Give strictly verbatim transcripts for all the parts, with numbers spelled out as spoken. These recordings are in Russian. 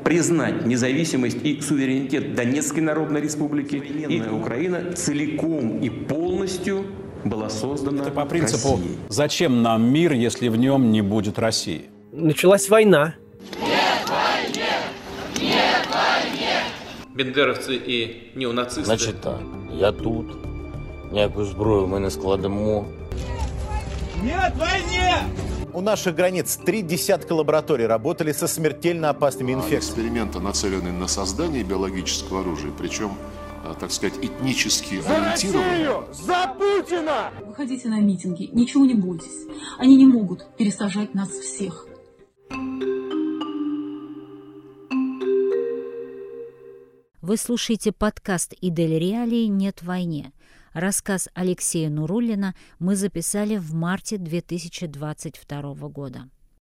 признать независимость и суверенитет Донецкой Народной Республики, и Украина целиком и полностью была создана Это по принципу Россией. «Зачем нам мир, если в нем не будет России?» Началась война. Нет войне! Нет войне! Бендеровці і неонацисти. Значить так, я тут, ніяку зброю ми не складемо. Нет войне! У наших границ три десятка лабораторий работали со смертельно опасными инфекциями. Эксперименты нацелены на создание биологического оружия, причем, так сказать, этнически ориентированные. За Путина! Выходите на митинги, ничего не бойтесь. Они не могут пересажать нас всех. Вы слушаете подкаст «Идель Реалии. Нет войне». Рассказ Алексея Нуруллина мы записали в марте две тысячи двадцать второго года.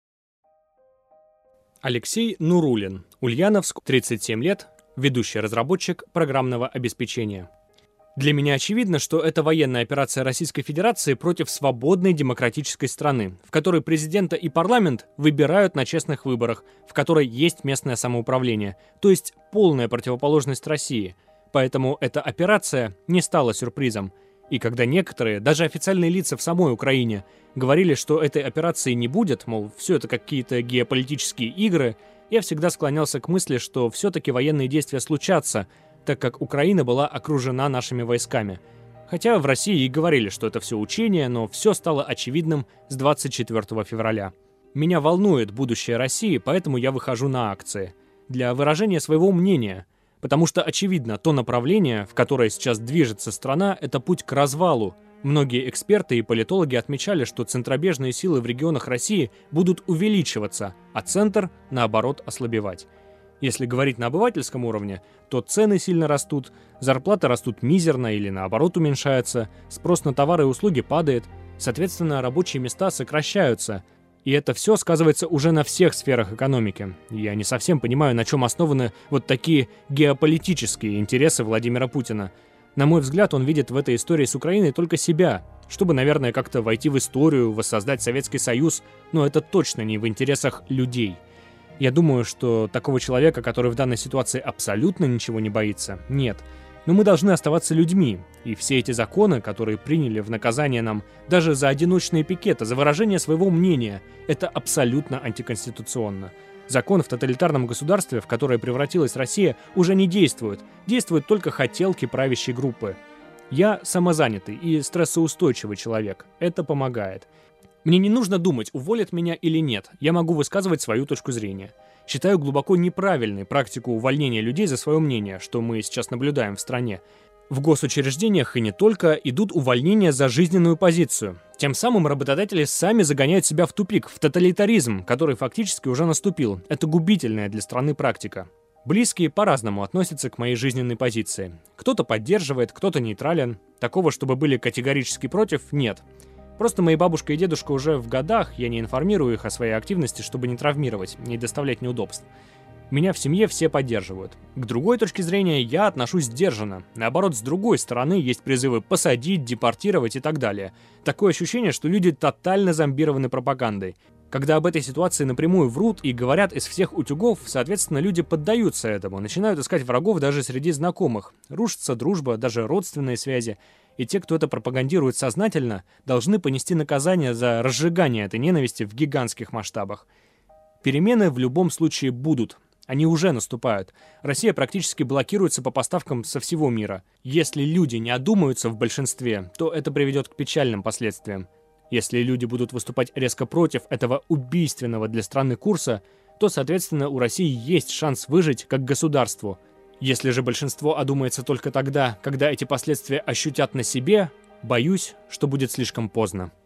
Алексей Нуруллин, Ульяновск, тридцать семь лет, ведущий разработчик программного обеспечения. Для меня очевидно, что это военная операция Российской Федерации против свободной демократической страны, в которой президента и парламент выбирают на честных выборах, в которой есть местное самоуправление, то есть полная противоположность России. Поэтому эта операция не стала сюрпризом. И когда некоторые, даже официальные лица в самой Украине, говорили, что этой операции не будет, мол, все это какие-то геополитические игры, я всегда склонялся к мысли, что все-таки военные действия случатся, так как Украина была окружена нашими войсками. Хотя в России и говорили, что это все учение, но все стало очевидным с двадцать четвёртого февраля. Меня волнует будущее России, поэтому я выхожу на акции. Для выражения своего мнения. Потому что, очевидно, то направление, в которое сейчас движется страна, это путь к развалу. Многие эксперты и политологи отмечали, что центробежные силы в регионах России будут увеличиваться, а центр, наоборот, ослабевать. Если говорить на обывательском уровне, то цены сильно растут, зарплаты растут мизерно или наоборот уменьшаются, спрос на товары и услуги падает, соответственно, рабочие места сокращаются. И это все сказывается уже на всех сферах экономики. Я не совсем понимаю, на чем основаны вот такие геополитические интересы Владимира Путина. На мой взгляд, он видит в этой истории с Украиной только себя, чтобы, наверное, как-то войти в историю, воссоздать Советский Союз, но это точно не в интересах людей. Я думаю, что такого человека, который в данной ситуации абсолютно ничего не боится, нет. Но мы должны оставаться людьми, и все эти законы, которые приняли в наказание нам даже за одиночные пикеты, за выражение своего мнения, это абсолютно антиконституционно. Закон в тоталитарном государстве, в которое превратилась Россия, уже не действует. Действуют только хотелки правящей группы. Я самозанятый и стрессоустойчивый человек. Это помогает. Мне не нужно думать, уволят меня или нет. Я могу высказывать свою точку зрения. Считаю глубоко неправильной практику увольнения людей за свое мнение, что мы сейчас наблюдаем в стране. В госучреждениях и не только идут увольнения за жизненную позицию. Тем самым работодатели сами загоняют себя в тупик, в тоталитаризм, который фактически уже наступил. Это губительная для страны практика. Близкие по-разному относятся к моей жизненной позиции. Кто-то поддерживает, кто-то нейтрален. Такого, чтобы были категорически против, нет. Просто мои бабушка и дедушка уже в годах, я не информирую их о своей активности, чтобы не травмировать, не доставлять неудобств. Меня в семье все поддерживают. К другой точке зрения я отношусь сдержанно. Наоборот, с другой стороны есть призывы посадить, депортировать и так далее. Такое ощущение, что люди тотально зомбированы пропагандой. Когда об этой ситуации напрямую врут и говорят из всех утюгов, соответственно, люди поддаются этому, начинают искать врагов даже среди знакомых. Рушится дружба, даже родственные связи. И те, кто это пропагандирует сознательно, должны понести наказание за разжигание этой ненависти в гигантских масштабах. Перемены в любом случае будут. Они уже наступают. Россия практически блокируется по поставкам со всего мира. Если люди не одумаются в большинстве, то это приведет к печальным последствиям. Если люди будут выступать резко против этого убийственного для страны курса, то, соответственно, у России есть шанс выжить как государству. Если же большинство одумается только тогда, когда эти последствия ощутят на себе, боюсь, что будет слишком поздно.